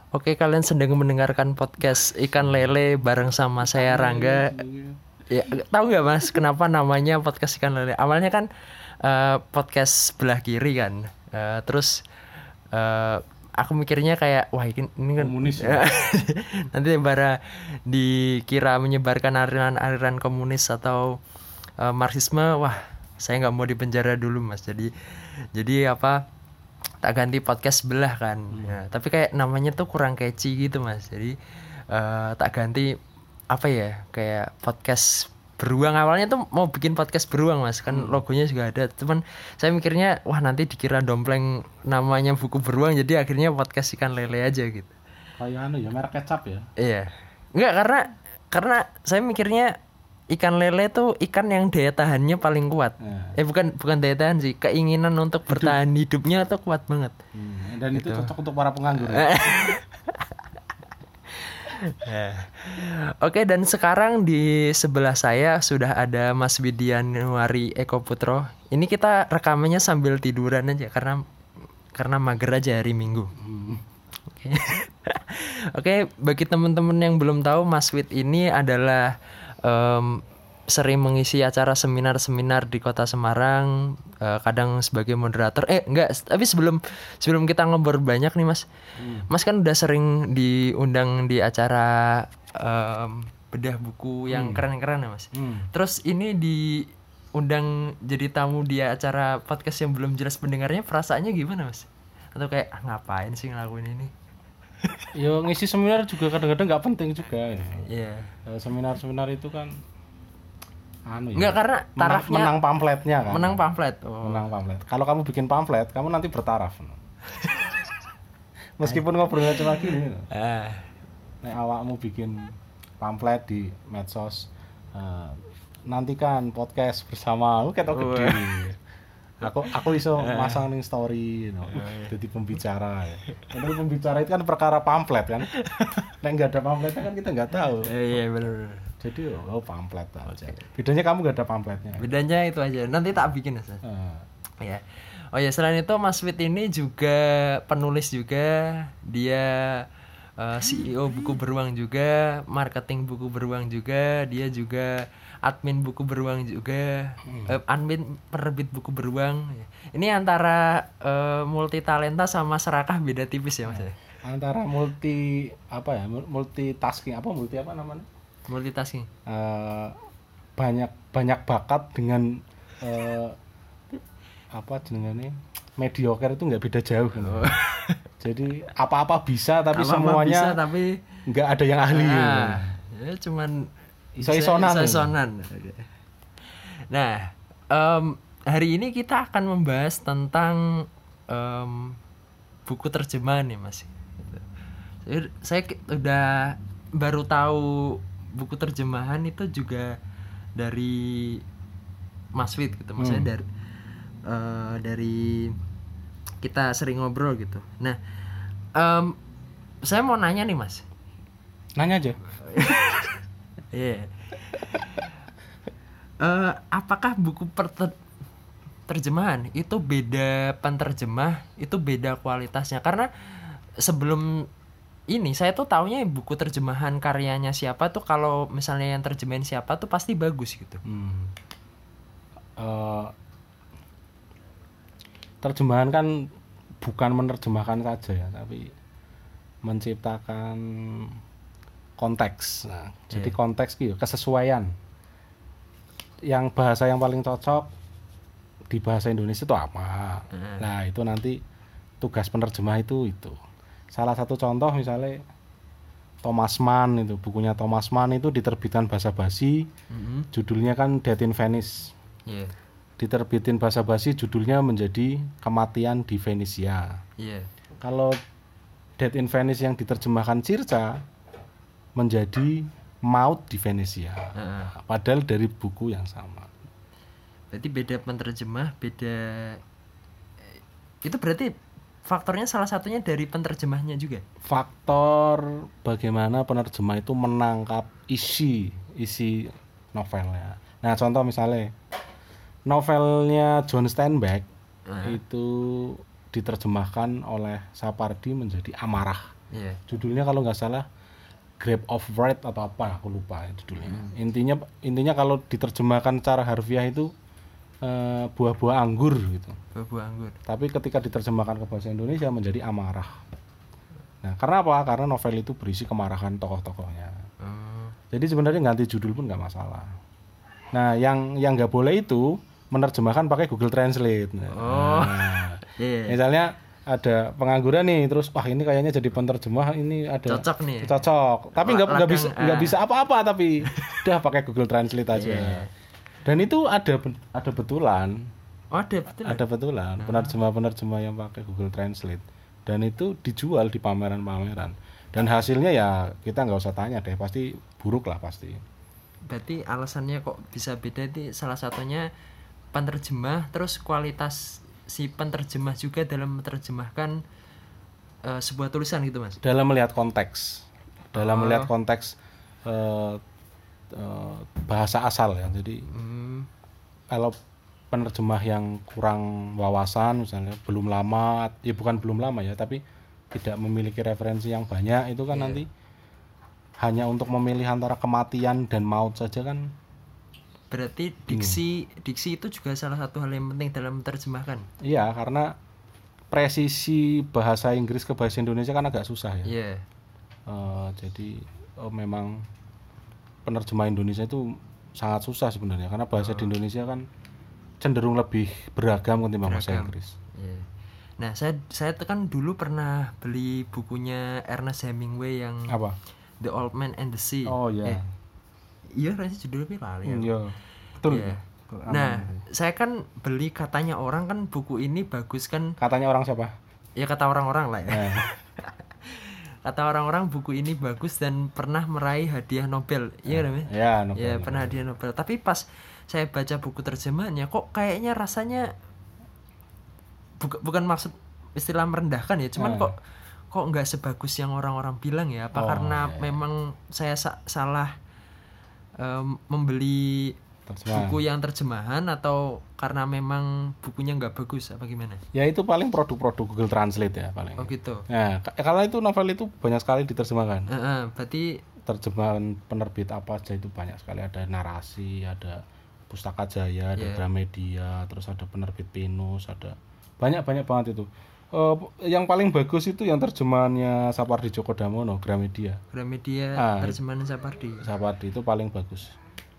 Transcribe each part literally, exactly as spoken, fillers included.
Oke, kalian sedang mendengarkan podcast Ikan Lele bareng sama saya Rangga. Ya, tahu nggak Mas, kenapa namanya podcast Ikan Lele? Awalnya kan uh, podcast sebelah kiri kan. Uh, terus uh, aku mikirnya kayak wah ini, ini kan komunis ya? nanti bara dikira menyebarkan aliran-aliran komunis atau uh, marxisme. Wah, saya nggak mau dipenjara dulu Mas. Jadi jadi apa? Tak ganti podcast sebelah kan. Hmm. Ya, tapi kayak namanya tuh kurang catchy gitu Mas. Jadi uh, tak ganti apa ya? Kayak podcast beruang. Awalnya tuh mau bikin podcast beruang Mas. Kan hmm. logonya juga ada. Cuman saya mikirnya wah nanti dikira dompleng namanya buku beruang. Jadi akhirnya podcast Ikan Lele aja gitu. Kayak anu ya, merek kecap ya? Iya. Enggak, karena karena saya mikirnya ikan lele tuh ikan yang daya tahannya paling kuat. Ya. Eh bukan bukan daya tahan sih, keinginan untuk Hidup. bertahan hidupnya tuh kuat banget. Hmm, dan gitu. Itu cocok untuk para penganggur. Ya? Oke, dan sekarang di sebelah saya sudah ada Mas Widianuari Eko Putro. Ini kita rekamannya sambil tiduran aja karena karena mager aja hari Minggu. Hmm. Oke. Oke, bagi teman-teman yang belum tahu, Mas Wid ini adalah Um, sering mengisi acara seminar-seminar di Kota Semarang, uh, kadang sebagai moderator. Eh enggak, tapi sebelum sebelum kita ngobrol banyak nih Mas, hmm. Mas kan udah sering diundang di acara um, bedah buku yang hmm. keren-keren ya Mas. Hmm. Terus ini diundang jadi tamu di acara podcast yang belum jelas pendengarnya, perasaannya gimana Mas? Atau kayak ah, ngapain sih ngelakuin ini? Yo ngisi seminar juga kadang-kadang nggak penting juga ya. Iya. Yeah. Seminar-seminar itu kan anu ya. Enggak, karena tarafnya menang pamfletnya kan. Menang pamflet. Oh. Menang pamflet. Kalau kamu bikin pamflet, kamu nanti bertaraf. Meskipun ngobrolnya cuma gini. Ah. Nek awakmu bikin pamflet di medsos, uh, nantikan podcast bersama, lu ketok gede. aku aku iso masang ning story you know. Jadi pembicara ya. Karena pembicara itu kan perkara pamflet kan. Nek enggak ada pamfletnya kan kita enggak tahu. Iya iya benar. Jadi oh pamflet aja. Bedanya kamu enggak ada pamfletnya. Bedanya itu aja. Nanti tak bikin Mas. Uh. Ya. Oh ya, selain itu Mas Wid ini juga penulis juga. Dia uh, C E O buku beruang juga, marketing buku beruang juga, dia juga admin buku beruang juga, hmm. uh, admin penerbit buku beruang. Ini antara uh, multi talenta sama serakah beda tipis ya Mas. Antara multi apa ya? Multitasking apa multi apa namanya? Multitasking. Uh, banyak banyak bakat dengan uh, apa jenengane? Mediocre itu nggak beda jauh. Oh. Jadi apa-apa bisa tapi apa-apa semuanya bisa, tapi nggak ada yang ahli. Nah, ya cuman iso-isonan. Iso-isonan. Nah, um, hari ini kita akan membahas tentang um, buku terjemahan nih Mas. Saya, saya udah baru tahu buku terjemahan itu juga dari Mas Wid gitu. Maksudnya hmm. dari uh, dari kita sering ngobrol gitu. Nah, um, saya mau nanya nih Mas. Nanya aja. Iya. Yeah. Uh, apakah buku per- terjemahan itu beda penterjemah, itu beda kualitasnya? Karena sebelum ini saya tuh taunya buku terjemahan karyanya siapa tuh kalau misalnya yang terjemahin siapa tuh pasti bagus gitu. Hmm. Uh, terjemahan kan bukan menerjemahkan saja ya, tapi menciptakan konteks. Nah, yeah. Jadi konteks gitu, kesesuaian. Yang bahasa yang paling cocok di bahasa Indonesia itu apa? Mm. Nah, itu nanti tugas penerjemah itu itu. Salah satu contoh misalnya Thomas Mann itu, bukunya Thomas Mann itu diterbitkan bahasa basi, mm-hmm. judulnya kan Death in Venice. Yeah. Diterbitin bahasa basi judulnya menjadi Kematian di Venesia. Yeah. Kalau Death in Venice yang diterjemahkan Circa menjadi Maut di Venesia. Uh. Padahal dari buku yang sama. Berarti beda penerjemah, beda. Itu berarti faktornya salah satunya dari penerjemahnya juga. Faktor bagaimana penerjemah itu menangkap isi isi novelnya. Nah, contoh misalnya novelnya John Steinbeck uh. itu diterjemahkan oleh Sapardi menjadi Amarah. Iya. Judulnya kalau nggak salah Grape of Wrath atau apa, aku lupa judulnya. Hmm. Intinya intinya kalau diterjemahkan secara harfiah itu uh, buah-buah anggur gitu. Buah-buah anggur. Tapi ketika diterjemahkan ke bahasa Indonesia menjadi amarah. Nah, karena apa? Karena novel itu berisi kemarahan tokoh-tokohnya. Hmm. Jadi sebenarnya ganti judul pun nggak masalah. Nah, yang yang nggak boleh itu menerjemahkan pakai Google Translate. Oh. Nah, yeah. Misalnya ada pengangguran nih, terus wah ini kayaknya jadi penerjemah ini ada cocok nih. Cocok. Tapi nggak nggak bisa nggak ah. bisa apa-apa tapi udah pakai Google Translate aja. Yeah. Dan itu ada ada betulan. Oh, ada betulan. Ada betulan nah. penerjemah-penerjemah yang pakai Google Translate. Dan itu dijual di pameran-pameran. Dan hasilnya ya kita nggak usah tanya deh, pasti buruk lah pasti. Berarti alasannya kok bisa beda itu salah satunya penerjemah, terus kualitas si penerjemah juga dalam menerjemahkan uh, sebuah tulisan gitu Mas. Dalam melihat konteks. Dalam oh. melihat konteks uh, uh, bahasa asal ya. Jadi hmm. kalau penerjemah yang kurang wawasan misalnya belum lama, ya bukan belum lama ya, tapi tidak memiliki referensi yang banyak itu kan yeah. nanti hanya untuk memilih antara kematian dan maut saja kan. Berarti diksi hmm. diksi itu juga salah satu hal yang penting dalam menerjemahkan. Iya, karena presisi bahasa Inggris ke bahasa Indonesia kan agak susah ya. Iya. Yeah. Uh, jadi uh, memang penerjemah Indonesia itu sangat susah sebenarnya karena bahasa oh. di Indonesia kan cenderung lebih beragam ketimbang bahasa Inggris. Yeah. Nah, saya saya tuh kan dulu pernah beli bukunya Ernest Hemingway yang apa? The Old Man and the Sea. Oh iya. Eh, iya, rasanya judulnya lali ya. Iya. Betul. Yeah. Nah, saya kan beli katanya orang kan buku ini bagus kan. Katanya orang siapa? Ya kata orang-orang lah ya. Eh. Kata orang-orang buku ini bagus dan pernah meraih hadiah Nobel. Iya kan? Ya, Nobel. Ya, pernah hadiah Nobel. Tapi pas saya baca buku terjemahannya kok kayaknya rasanya buka, bukan maksud istilah merendahkan ya, cuman eh. kok kok nggak sebagus yang orang-orang bilang ya. Apa oh, karena iya. memang saya sa- salah um, membeli terjemahan. Buku yang terjemahan atau karena memang bukunya nggak bagus apa gimana? Ya itu paling produk-produk Google Translate ya paling. Oh gitu. Nah, kalau itu novel itu banyak sekali diterjemahkan. Uh-uh, berarti terjemahan penerbit apa aja itu banyak sekali, ada narasi, ada Pustaka Jaya, ada yeah. Gramedia, terus ada penerbit Pinus, ada banyak-banyak banget itu. Uh, yang paling bagus itu yang terjemahannya Sapardi Djoko Damono, Gramedia. Gramedia ah, terjemahan Sapardi. Sapardi itu paling bagus.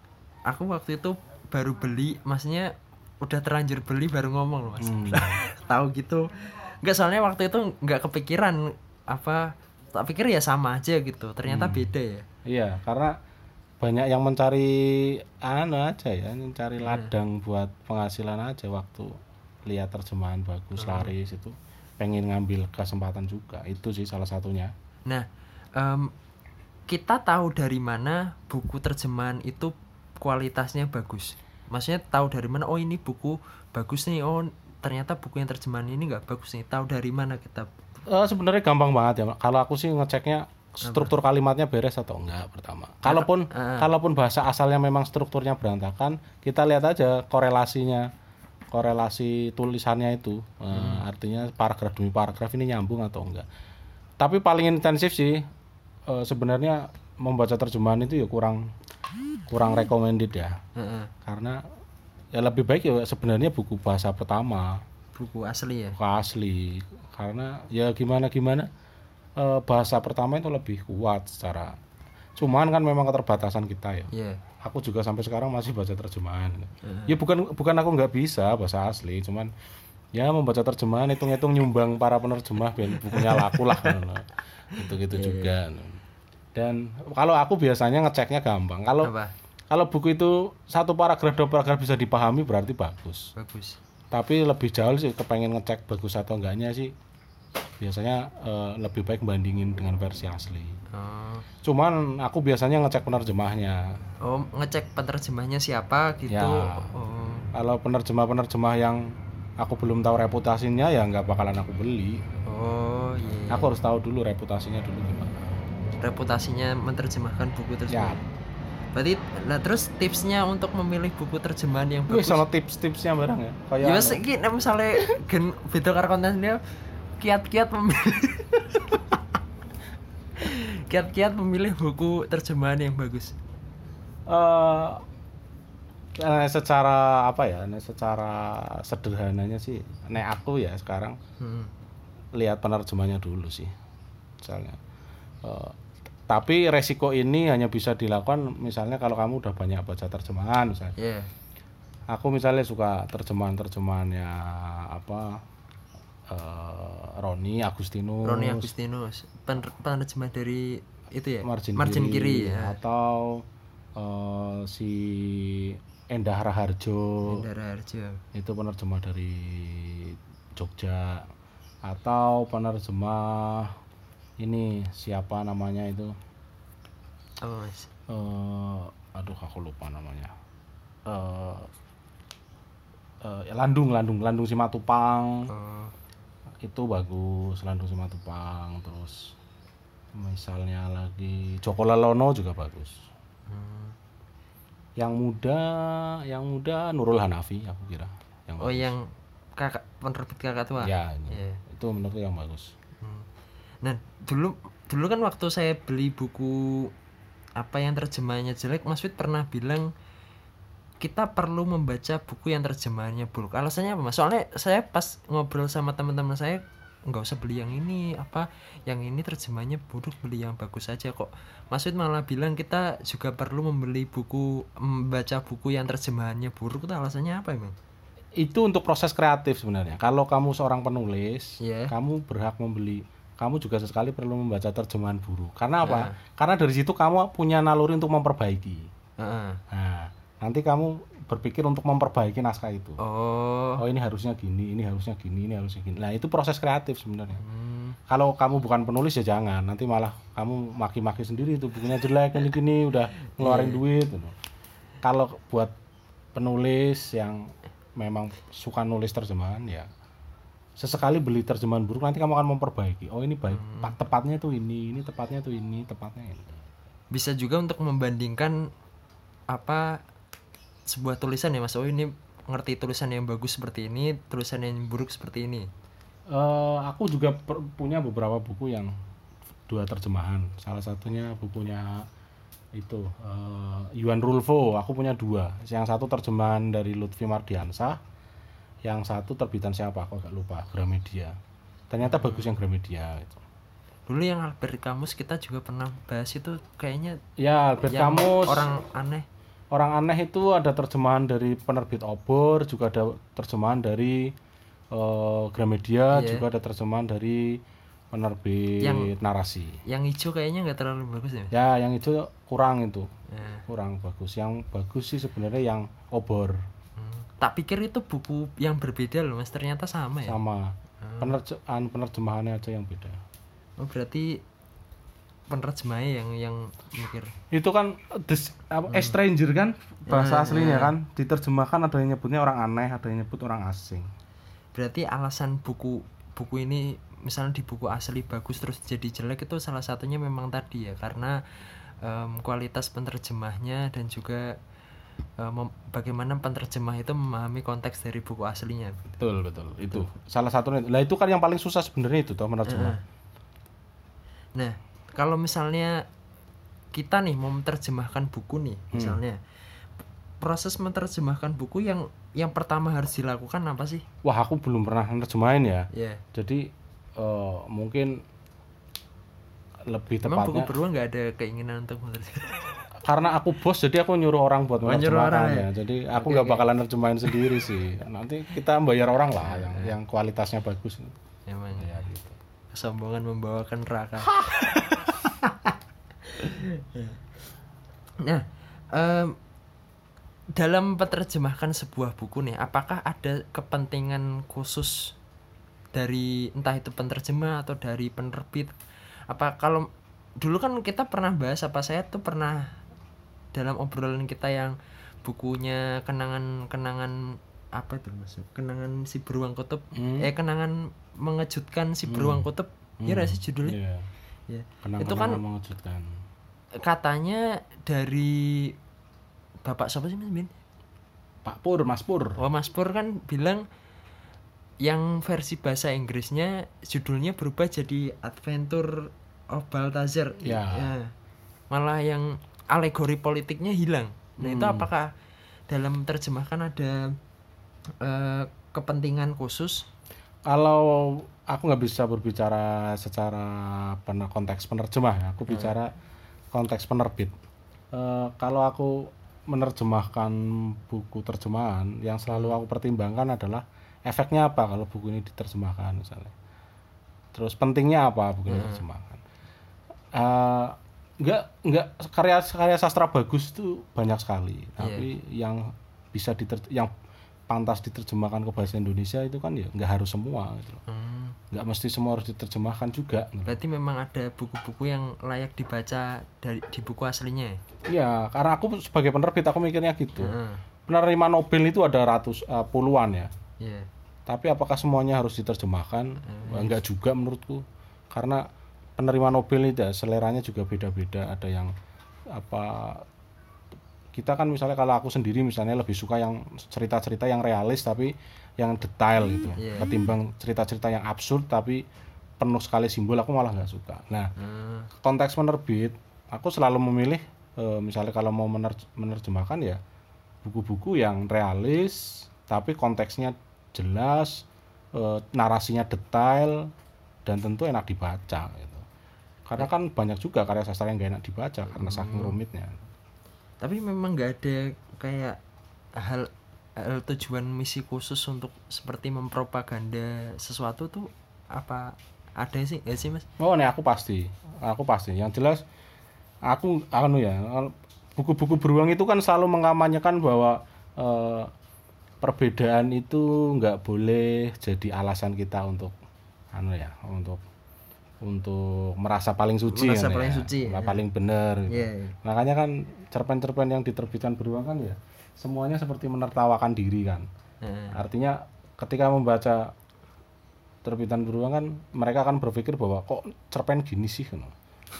Aku waktu itu baru beli, maksudnya udah terlanjur beli baru ngomong loh Mas. Hmm. Tahu gitu. Enggak, soalnya waktu itu enggak kepikiran apa, tak pikir ya sama aja gitu. Ternyata hmm. beda ya. Iya, karena banyak yang mencari anu aja ya, mencari ladang hmm. buat penghasilan aja waktu lihat terjemahan bagus, hmm. laris itu pengen ngambil kesempatan juga. Itu sih salah satunya. Nah, um, kita tahu dari mana buku terjemahan itu kualitasnya bagus. Maksudnya tahu dari mana, oh ini buku bagus nih, oh ternyata buku yang terjemahan ini nggak bagus nih. Tahu dari mana kita? Uh, sebenarnya gampang banget ya. Kalau aku sih ngeceknya struktur apa? Kalimatnya beres atau enggak pertama. Kalaupun uh, kalaupun bahasa asalnya memang strukturnya berantakan, kita lihat aja korelasinya, korelasi tulisannya itu. Uh, hmm. Artinya paragraf demi paragraf ini nyambung atau enggak. Tapi paling intensif sih uh, sebenarnya membaca terjemahan itu ya kurang kurang recommended ya. Uh-uh. Karena ya lebih baik ya sebenarnya buku bahasa pertama, buku asli ya. Buku asli. Karena ya gimana gimana e, bahasa pertama itu lebih kuat secara. Cuman kan memang keterbatasan kita ya. Yeah. Aku juga sampai sekarang masih baca terjemahan. Uh-huh. Ya bukan bukan aku nggak bisa bahasa asli, cuman ya membaca terjemahan, hitung-hitung nyumbang para penerjemah biar bukunya laku lah. Gitu-gitu yeah, juga. Yeah. Dan kalau aku biasanya ngeceknya gampang. Kalau Apa? kalau buku itu satu paragraf dua paragraf bisa dipahami berarti bagus. Bagus. Tapi lebih jauh sih kepengen ngecek bagus atau enggaknya sih. Biasanya uh, lebih baik bandingin dengan versi asli. Oh. Cuman aku biasanya ngecek penerjemahnya. Oh, ngecek penerjemahnya siapa gitu. Ya. Oh. Kalau penerjemah-penerjemah yang aku belum tahu reputasinya ya nggak bakalan aku beli. Oh iya. Yeah. Aku harus tahu dulu reputasinya dulu gimana. Reputasinya menerjemahkan buku tersebut. Ya. Berarti, nah terus tipsnya untuk memilih buku terjemahan yang bagus. Wih, sama tips-tipsnya barang ya. Kayak ya wis iki nek misale gen beda karo kontennya kiat-kiat memilih. kiat-kiat memilih buku terjemahan yang bagus. Eh uh, secara apa ya? Secara sederhananya sih, nek aku ya sekarang Hmm. lihat penerjemahnya dulu sih. Misalnya. Uh, tapi resiko ini hanya bisa dilakukan misalnya kalau kamu udah banyak baca terjemahan misalnya. Iya. Yeah. Aku misalnya suka terjemahan-terjemahannya apa uh, Roni Agustinus. Roni Agustinus, Pen- penerjemah dari itu ya. Margin, Margin Kiri, Kiri ya. Atau uh, si Endah Raharjo. Endah Raharjo. Itu penerjemah dari Jogja. Atau penerjemah ini siapa namanya itu? Oh, Mas. Uh, aduh aku lupa namanya. Uh, Uh, ya Landung, Landung, Landung Simatupang. Oh. Itu bagus, Landung Simatupang. Terus misalnya lagi Joko Lelono juga bagus. Hmm. Yang muda, yang muda Nurul Hanafi aku kira. Yang Oh, bagus. yang kakak penerbit kakak tua. Ya, ini. Yeah. Itu menurutku yang bagus. Hmm. Nah, dulu dulu kan waktu saya beli buku apa yang terjemahannya jelek, Mas Fit pernah bilang kita perlu membaca buku yang terjemahannya buruk. Alasannya apa, Mas? Soalnya saya pas ngobrol sama teman-teman saya, nggak usah beli yang ini, apa yang ini terjemahannya buruk, beli yang bagus aja kok. Mas Fit malah bilang kita juga perlu membeli buku, membaca buku yang terjemahannya buruk. Itu alasannya apa emang? Itu untuk proses kreatif sebenarnya. Kalau kamu seorang penulis, Yeah. kamu berhak membeli. Kamu juga sesekali perlu membaca terjemahan buruk. Karena apa? Nah. Karena dari situ kamu punya naluri untuk memperbaiki. Uh-uh. Nah, nanti kamu berpikir untuk memperbaiki naskah itu. Oh. Oh ini harusnya gini, ini harusnya gini, ini harusnya gini. Nah itu proses kreatif sebenarnya. Hmm. Kalau kamu bukan penulis ya jangan. Nanti malah kamu maki-maki sendiri itu bukunya jelek, ini gini udah ngeluarin Yeah. duit. Gitu. Kalau buat penulis yang memang suka nulis terjemahan ya sesekali beli terjemahan buruk, nanti kamu akan memperbaiki. Oh ini baik, hmm. tepatnya tuh ini, ini tepatnya tuh ini, tepatnya ini. Bisa juga untuk membandingkan apa sebuah tulisan ya Mas. Oh ini ngerti tulisan yang bagus seperti ini, tulisan yang buruk seperti ini. Uh, aku juga per- punya beberapa buku yang dua terjemahan. Salah satunya bukunya itu uh, Yuan Rulfo. Aku punya dua. Yang satu terjemahan dari Lutfi Mardiansah, yang satu terbitan siapa aku agak lupa, Gramedia. Ternyata hmm. bagus yang Gramedia itu. Dulu yang Albert Camus kita juga pernah bahas itu kayaknya. Ya Albert Camus orang aneh. Orang aneh itu ada terjemahan dari penerbit Obor, juga ada terjemahan dari uh, Gramedia, yeah. juga ada terjemahan dari penerbit yang, Narasi. Yang hijau kayaknya nggak terlalu bagus ya? Ya, yang hijau kurang itu, yeah. kurang bagus. Yang bagus sih sebenarnya yang Obor. Hmm. Tak pikir itu buku yang berbeda loh Mas, ternyata sama ya? Sama. Hmm. Penerjemahan penerjemahannya aja yang beda. Oh berarti penerjemahnya yang yang mikir itu kan des, apa, hmm. stranger kan bahasa hmm, aslinya hmm. kan diterjemahkan ada yang nyebutnya orang aneh, ada yang nyebut orang asing. Berarti alasan buku buku ini misalnya di buku asli bagus terus jadi jelek itu salah satunya memang tadi ya karena um, kualitas penerjemahnya dan juga um, bagaimana penerjemah itu memahami konteks dari buku aslinya. Betul betul itu betul. Salah satunya. Lah itu kan yang paling susah sebenarnya itu toh menerjemah. Uh. Nah kalau misalnya kita nih mau menerjemahkan buku nih, hmm. misalnya proses menerjemahkan buku yang yang pertama harus dilakukan apa sih? Wah aku belum pernah menerjemahin ya. Yeah. Jadi uh, mungkin lebih tepatnya. Emang buku beruang nggak ada keinginan untuk menerjemahkan? Karena aku bos jadi aku nyuruh orang buat menerjemahkan ya. ya. Jadi aku nggak okay, bakalan okay. nerjemahin sendiri sih. Nanti kita bayar orang lah yang yang kualitasnya bagus. Emang ya gitu. Kesombongan membawakan neraka. Nah, um, dalam menerjemahkan sebuah buku nih, apakah ada kepentingan khusus dari entah itu penerjemah atau dari penerbit? Apa kalau dulu kan kita pernah bahas apa saya tuh pernah dalam obrolan kita yang bukunya kenangan-kenangan apa itu maksud? Kenangan si beruang kutub, hmm. eh kenangan mengejutkan si beruang hmm. kutub, hmm. ya sih judulnya. Yeah. Ya. Kenang-kenang itu kan mengejutkan. Katanya dari Bapak siapa sih Mas Bin? Pak Pur, Mas Pur. Oh Mas Pur kan bilang yang versi bahasa Inggrisnya judulnya berubah jadi Adventure of Balthazar. Ya. Ya. Malah yang alegori politiknya hilang. Nah, hmm. itu apakah dalam terjemahkan ada uh, kepentingan khusus? Kalau aku nggak bisa berbicara secara pener- konteks penerjemah ya, aku bicara hmm. konteks penerbit. Uh, kalau aku menerjemahkan buku terjemahan, yang selalu aku pertimbangkan adalah efeknya apa kalau buku ini diterjemahkan misalnya. Terus pentingnya apa buku ini hmm. diterjemahkan. Uh, enggak enggak karya karya sastra bagus itu banyak sekali, tapi yeah. yang bisa diter, yang pantas diterjemahkan ke bahasa Indonesia itu kan ya nggak harus semua gitu. Hmm. Nggak mesti semua harus diterjemahkan juga. Berarti memang ada buku-buku yang layak dibaca dari di buku aslinya. Iya, karena aku sebagai penerbit aku mikirnya gitu. Hmm. Penerima Nobel itu ada ratus uh, puluhan ya. Yeah. Tapi apakah semuanya harus diterjemahkan? Hmm. Enggak juga menurutku. Karena penerima Nobel itu ya, seleranya juga beda-beda. Ada yang apa kita kan misalnya kalau aku sendiri misalnya lebih suka yang cerita-cerita yang realis tapi yang detail gitu. Yeah. Ketimbang cerita-cerita yang absurd tapi penuh sekali simbol, aku malah nggak suka. Nah, hmm. konteks penerbit, aku selalu memilih e, misalnya kalau mau menerj- menerjemahkan ya buku-buku yang realis tapi konteksnya jelas, e, narasinya detail dan tentu enak dibaca gitu. Karena kan banyak juga karya sastra yang nggak enak dibaca karena saking rumitnya. Tapi memang nggak ada kayak hal, hal tujuan misi khusus untuk seperti mempropaganda sesuatu tuh apa ada sih nggak sih mas? Oh nih aku pasti, aku pasti. Yang jelas aku anu ya buku-buku beruang itu kan selalu mengamanyakan bahwa eh, perbedaan itu nggak boleh jadi alasan kita untuk anu ya untuk untuk merasa paling suci merasa kan paling ya, suci ya. paling benar gitu. Yeah, yeah. Makanya kan cerpen-cerpen yang diterbitkan beruang kan ya semuanya seperti menertawakan diri kan. Yeah. Artinya ketika membaca terbitan beruang kan mereka akan berpikir bahwa kok cerpen gini sih kan.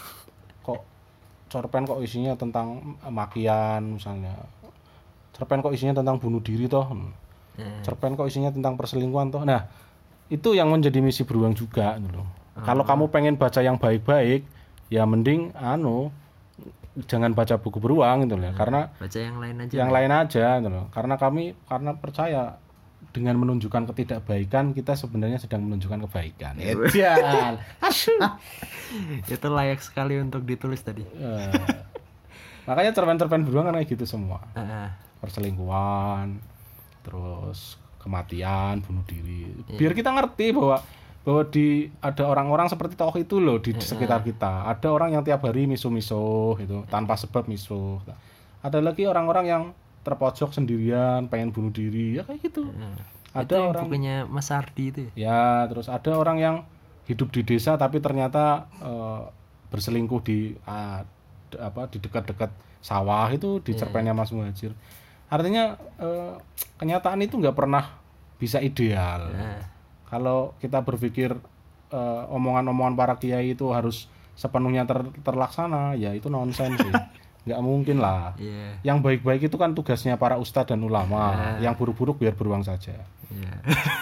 Kok cerpen kok isinya tentang makian misalnya. Cerpen kok isinya tentang bunuh diri toh. Yeah. Cerpen kok isinya tentang perselingkuhan toh. Nah, itu yang menjadi misi beruang juga gitu. Kalau kamu pengen baca yang baik-baik, ya mending anu jangan baca buku beruang gitu loh. Hmm, karena baca yang lain aja. Yang ya? lain aja gitu loh. Karena kami karena percaya dengan menunjukkan ketidakbaikan kita sebenarnya sedang menunjukkan kebaikan. Iya. Itu layak sekali untuk ditulis tadi. Uh, makanya cerpen-cerpen beruang kan kayak gitu semua. Uh-huh. Perselingkuhan, terus kematian, bunuh diri. Biar kita ngerti bahwa bahwa di ada orang-orang seperti tokoh itu loh di sekitar kita. Ada orang yang tiap hari miso-miso gitu, tanpa sebab miso. Ada lagi orang-orang yang terpojok sendirian, pengen bunuh diri, ya kayak gitu. Ada itu orang bukunya Mas Ardi itu. Ya, terus ada orang yang hidup di desa tapi ternyata uh, berselingkuh di uh, d- apa di dekat-dekat sawah itu di cerpennya Mas Muhajir. Artinya uh, kenyataan itu nggak pernah bisa ideal. Yeah. Kalau kita berpikir uh, omongan-omongan para kiai itu harus sepenuhnya ter- terlaksana, ya itu nonsens sih. Nggak mungkin lah. Yeah. Yang baik-baik itu kan tugasnya para ustadz dan ulama. Yeah. Yang buruk-buruk biar beruang saja. Yeah.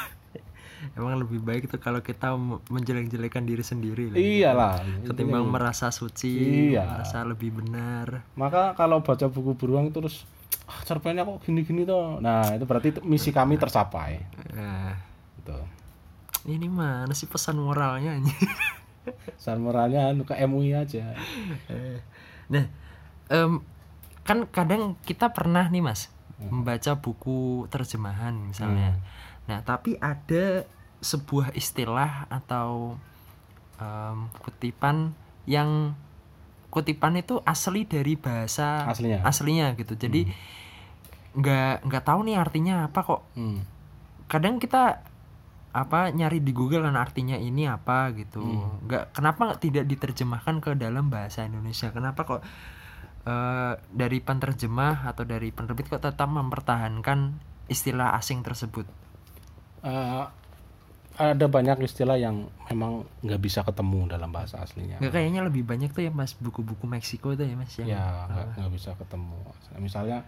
Emang lebih baik itu kalau kita menjelek-jelekan diri sendiri. Iyalah. Ketimbang itu. merasa suci, iya. merasa lebih benar. Maka kalau baca buku beruang itu terus ah, cerpennya kok gini-gini toh. Nah itu berarti misi kami tercapai. Nah. Gitu. Ini mana sih pesan moralnya? Pesan moralnya anu ke M U I aja. Nah, um, kan kadang kita pernah nih mas hmm. membaca buku terjemahan misalnya. Hmm. Nah, tapi ada sebuah istilah atau um, kutipan yang kutipan itu asli dari bahasa aslinya, aslinya gitu. Jadi nggak hmm. nggak tahu nih artinya apa kok. Hmm. Kadang kita apa nyari di Google kan artinya ini apa gitu. Hmm. Nggak kenapa tidak diterjemahkan ke dalam bahasa Indonesia? Kenapa kok uh, dari penerjemah atau dari penerbit kok tetap mempertahankan istilah asing tersebut? Uh, ada banyak istilah yang memang nggak bisa ketemu dalam bahasa aslinya. Nggak, kayaknya lebih banyak tuh ya mas buku-buku Meksiko tuh ya mas yang ya nggak nggak bisa ketemu. Misalnya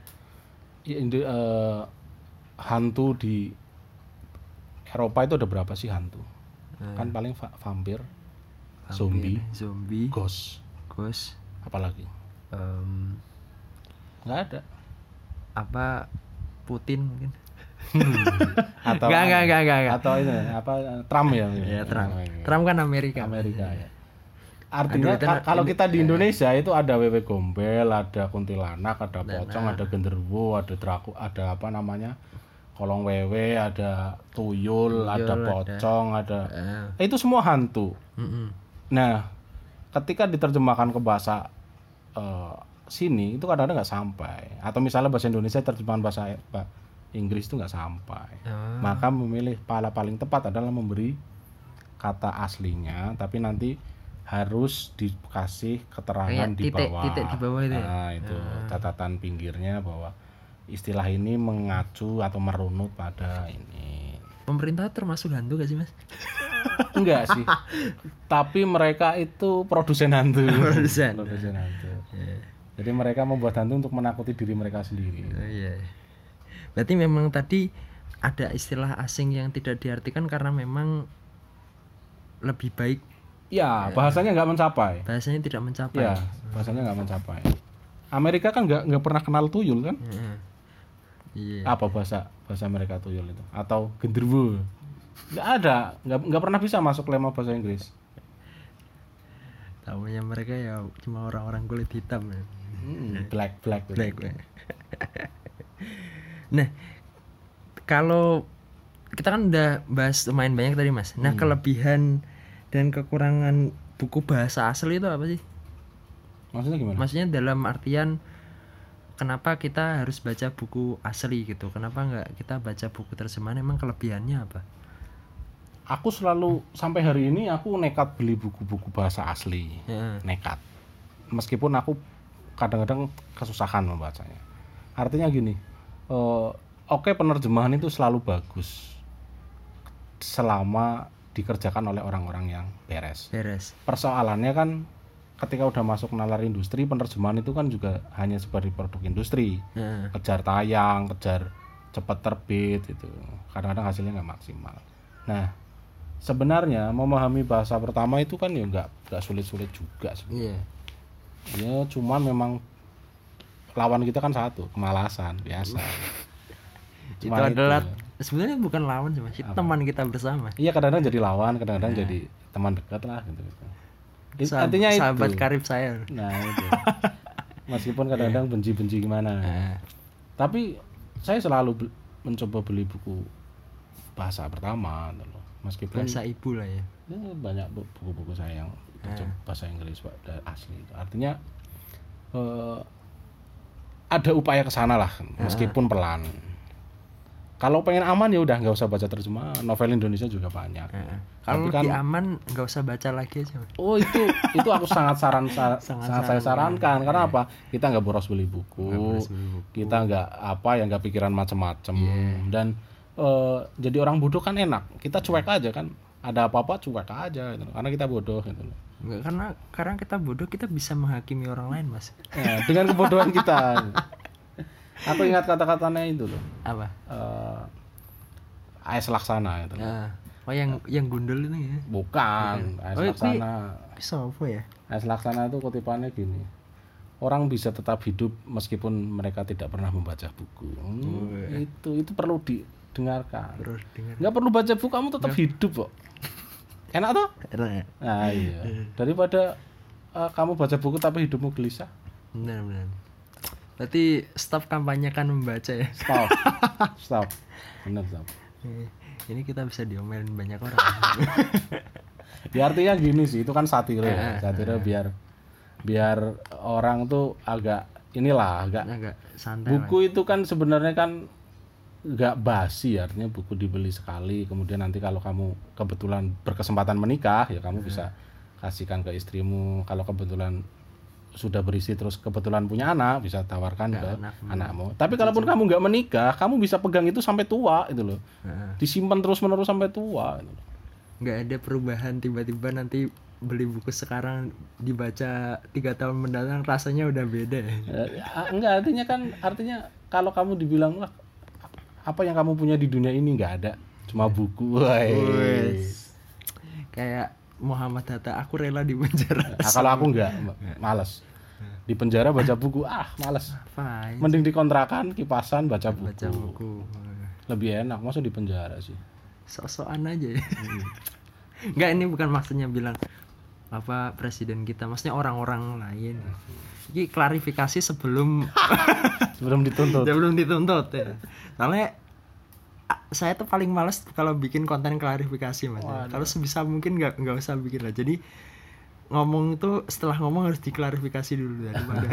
uh, hantu di Eropa itu ada berapa sih hantu? Hmm. Kan paling va- vampir, zombie, zombie, ghost, ghost, apalagi em, nggak ada. apa Putin mungkin. Atau Nggak, nggak, nggak, nggak, nggak. atau ini apa Trump ya? Ya Trump. Oh, iya. Trump kan Amerika. Amerika ya. Artinya Aduh, itu ka- kalau ini- kita di Indonesia itu ada wewe gombel, ada kuntilanak, ada pocong, nah. ada genderuwo, ada draku, ada apa namanya? Kolong wewe, ada tuyul, Tuyul, ada ada. pocong, ada, Eh, itu semua hantu. mm-mm. Nah, ketika diterjemahkan ke bahasa eh, sini itu kadang-kadang nggak sampai. Atau misalnya bahasa Indonesia terjemahan bahasa ba- Inggris itu nggak sampai. Ah. Maka memilih pala paling tepat adalah memberi kata aslinya, tapi nanti harus dikasih keterangan Kayak di titik- bawah. titik di bawah itu ya? Nah, itu catatan pinggirnya bahwa istilah ini mengacu atau merunut pada ini. Pemerintah termasuk hantu gak sih mas? Enggak sih. Tapi mereka itu produsen hantu. Produsen. Produsen hantu. Iya. Jadi mereka membuat hantu untuk menakuti diri mereka sendiri. Oh, iya. Berarti memang tadi ada istilah asing yang tidak diartikan karena memang lebih baik Ya, bahasanya nggak mencapai. bahasanya tidak mencapai. Ya, bahasanya nggak mencapai. Amerika kan nggak nggak pernah kenal tuyul kan? Heeh. Iya. Apa bahasa bahasa mereka tuyul itu? Atau genderuwo? Nggak ada, nggak nggak pernah bisa masuk lema bahasa Inggris. Tahunya mereka ya cuma orang-orang kulit hitam. Ya. Hmm, black black Black. Nah, kalau kita kan udah bahas lumayan banyak tadi mas. Nah, kelebihan dan kekurangan buku bahasa asli itu apa sih? Maksudnya gimana? Maksudnya dalam artian kenapa kita harus baca buku asli gitu? Kenapa nggak kita baca buku terjemahan? Emang kelebihannya apa? Aku selalu sampai hari ini aku nekat beli buku-buku bahasa asli. Ya. Nekat. Meskipun aku kadang-kadang kesusahan membacanya. Artinya gini, eh, oke penerjemahan itu selalu bagus selama dikerjakan oleh orang-orang yang beres. Beres. Persoalannya kan ketika udah masuk nalar industri, penerjemahan itu kan juga hanya sebagai produk industri. Ya. Kejar tayang, kejar cepat terbit itu. Kadang-kadang hasilnya nggak maksimal. Nah, sebenarnya memahami bahasa pertama itu kan ya nggak nggak sulit-sulit juga sebenarnya. Iya. Ya cuman memang lawan kita kan satu, kemalasan biasa. Itu Cuma adalah sebenarnya bukan lawan sih mas, itu teman kita bersama. Iya, kadang-kadang jadi lawan, kadang-kadang jadi teman dekat lah gitu. gitu. Sahab- Artinya itu. sahabat karib saya. Nah itu. Meskipun kadang-kadang benci-benci gimana. Nah, Tapi saya selalu be- mencoba beli buku bahasa pertama, gitu loh. Meskipun bahasa ibu lah ya. ya, banyak bu- buku-buku saya yang terjem- bahasa Inggris Pak, da- asli itu. Artinya eh, ada upaya ke sana lah, meskipun pelan. Kalau pengen aman ya udah nggak usah baca terjemahan, novel Indonesia juga banyak. Nah, Tapi kalau kan- lebih aman nggak usah baca lagi aja. Mas. Oh itu itu aku sangat saran sa- Sangat sangat saya saran, sarankan karena apa? Kita nggak boros beli buku, Nggak boros beli buku. kita nggak apa ya nggak pikiran macem-macem Iya. dan eh, jadi orang bodoh kan enak. Kita cuek aja kan, ada apa-apa cuek aja gitu loh. Karena kita bodoh gitu loh. Nggak, karena karena kita bodoh kita bisa menghakimi orang lain mas. Ya, dengan kebodohan kita. Aku ingat kata-katanya itu loh. Apa? Eh, A S Laksana gitu. Nah, oh yang yang gundul ini ya. Bukan, A S Oh, itu- Laksana. Bisa apa ya? A S Laksana itu kutipannya gini. Orang bisa tetap hidup meskipun mereka tidak pernah membaca buku. Hmm, itu itu perlu didengarkan. Terus dengar. Nggak perlu baca buku, kamu tetap hidup kok. Enak toh? Enak. Nah, iya. Daripada eh, kamu baca buku tapi hidupmu gelisah. Benar benar. Berarti stop kampanyekan membaca ya. Stop. Stop. Benar, stop. Ini kita bisa diomelin banyak orang. Ya artinya gini sih, itu kan satire, ya. Satire biar biar orang tuh agak inilah agak Agak santai. lah. buku itu kan sebenarnya kan nggak basi, artinya buku dibeli sekali kemudian nanti kalau kamu kebetulan berkesempatan menikah ya kamu bisa kasihkan ke istrimu, kalau kebetulan sudah berisi terus kebetulan punya anak bisa tawarkan ke anakmu. anakmu. Tapi kalaupun kamu nggak menikah, kamu bisa pegang itu sampai tua itu loh, Heeh. disimpan terus menerus sampai tua gitu loh. Nggak ada perubahan tiba-tiba nanti beli buku sekarang dibaca tiga tahun mendatang rasanya udah beda ya. Ya, enggak, artinya kan artinya kalau kamu dibilang wah apa yang kamu punya di dunia ini nggak ada, cuma buku. Woi. Kayak Muhammad Hatta, aku rela di penjara. Nah, kalau aku enggak, males. Di penjara baca buku, ah males. Fine. Mending di kontrakan, kipasan, baca buku. Baca buku. Lebih enak, masa di penjara sih. Sok-sokan aja ya. Enggak, ini bukan maksudnya bilang apa presiden kita, maksudnya orang-orang lain. Ini klarifikasi sebelum sebelum dituntut. sebelum dituntut ya. Soalnya saya tuh paling males kalau bikin konten klarifikasi mas. Kalau sebisa mungkin nggak nggak usah bikin lah. Jadi ngomong tuh setelah ngomong harus diklarifikasi dulu daripada.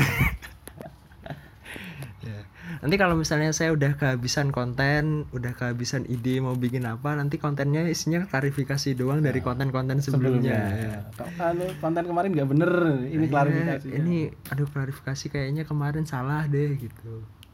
Ya. Nanti kalau misalnya saya udah kehabisan konten, udah kehabisan ide mau bikin apa, nanti kontennya isinya klarifikasi doang dari konten-konten sebelumnya. sebelumnya. Ya. Kalau konten kemarin nggak bener, ini klarifikasi. Ya, ini aduh klarifikasi kayaknya kemarin salah deh gitu.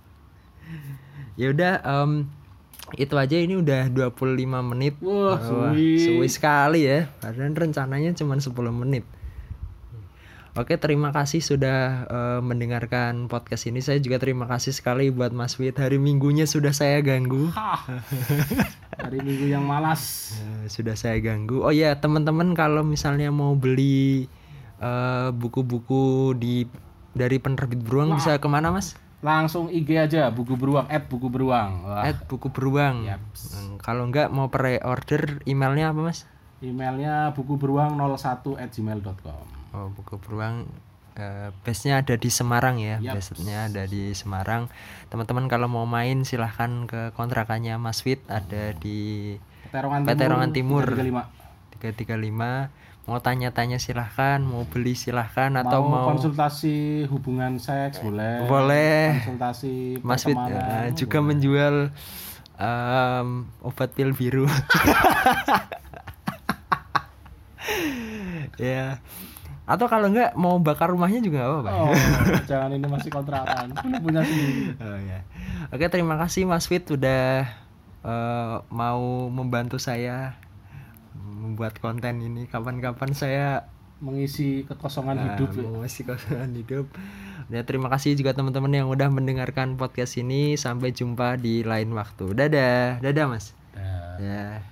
Ya udah. Um, itu aja, ini udah dua puluh lima menit. Wah, Wah suwi. suwi sekali ya. Padahal rencananya cuma sepuluh menit. Oke, terima kasih sudah uh, mendengarkan podcast ini. Saya juga terima kasih sekali buat Mas Wid. Hari Minggunya sudah saya ganggu. Hari Minggu yang malas. Uh, sudah saya ganggu. Oh ya, teman-teman kalau misalnya mau beli uh, buku-buku di dari penerbit Beruang, nah, bisa kemana Mas? Langsung I G aja, buku beruang, at buku beruang. Wah. At buku beruang. Yaps. Hmm, kalau enggak mau pre-order, emailnya apa mas? Emailnya buku beruang nol satu at gmail dot com. Oh, buku beruang. Uh, base-nya ada di Semarang ya. Yaps. Base-nya ada di Semarang. Teman-teman kalau mau main silahkan ke kontrakannya Mas Wid, ada di Peterongan, Peterongan Timur, Timur tiga tiga lima. Mau tanya-tanya silahkan, mau beli silahkan, atau mau, mau konsultasi hubungan seks boleh, boleh. Konsultasi Mas Wid uh, juga boleh. Menjual um, obat pil biru. Ya. Atau kalau enggak mau bakar rumahnya juga enggak apa-apa. Oh, jangan, ini masih kontrakan. Belum punya sendiri. Oh ya. Oke, terima kasih Mas Wid sudah uh, mau membantu saya membuat konten ini. Kapan-kapan saya mengisi kekosongan uh, hidup ya. Mengisi kekosongan hidup. Ya, terima kasih juga teman-teman yang udah mendengarkan podcast ini. Sampai jumpa di lain waktu. Dadah. Dadah Mas. Dadah. Ya.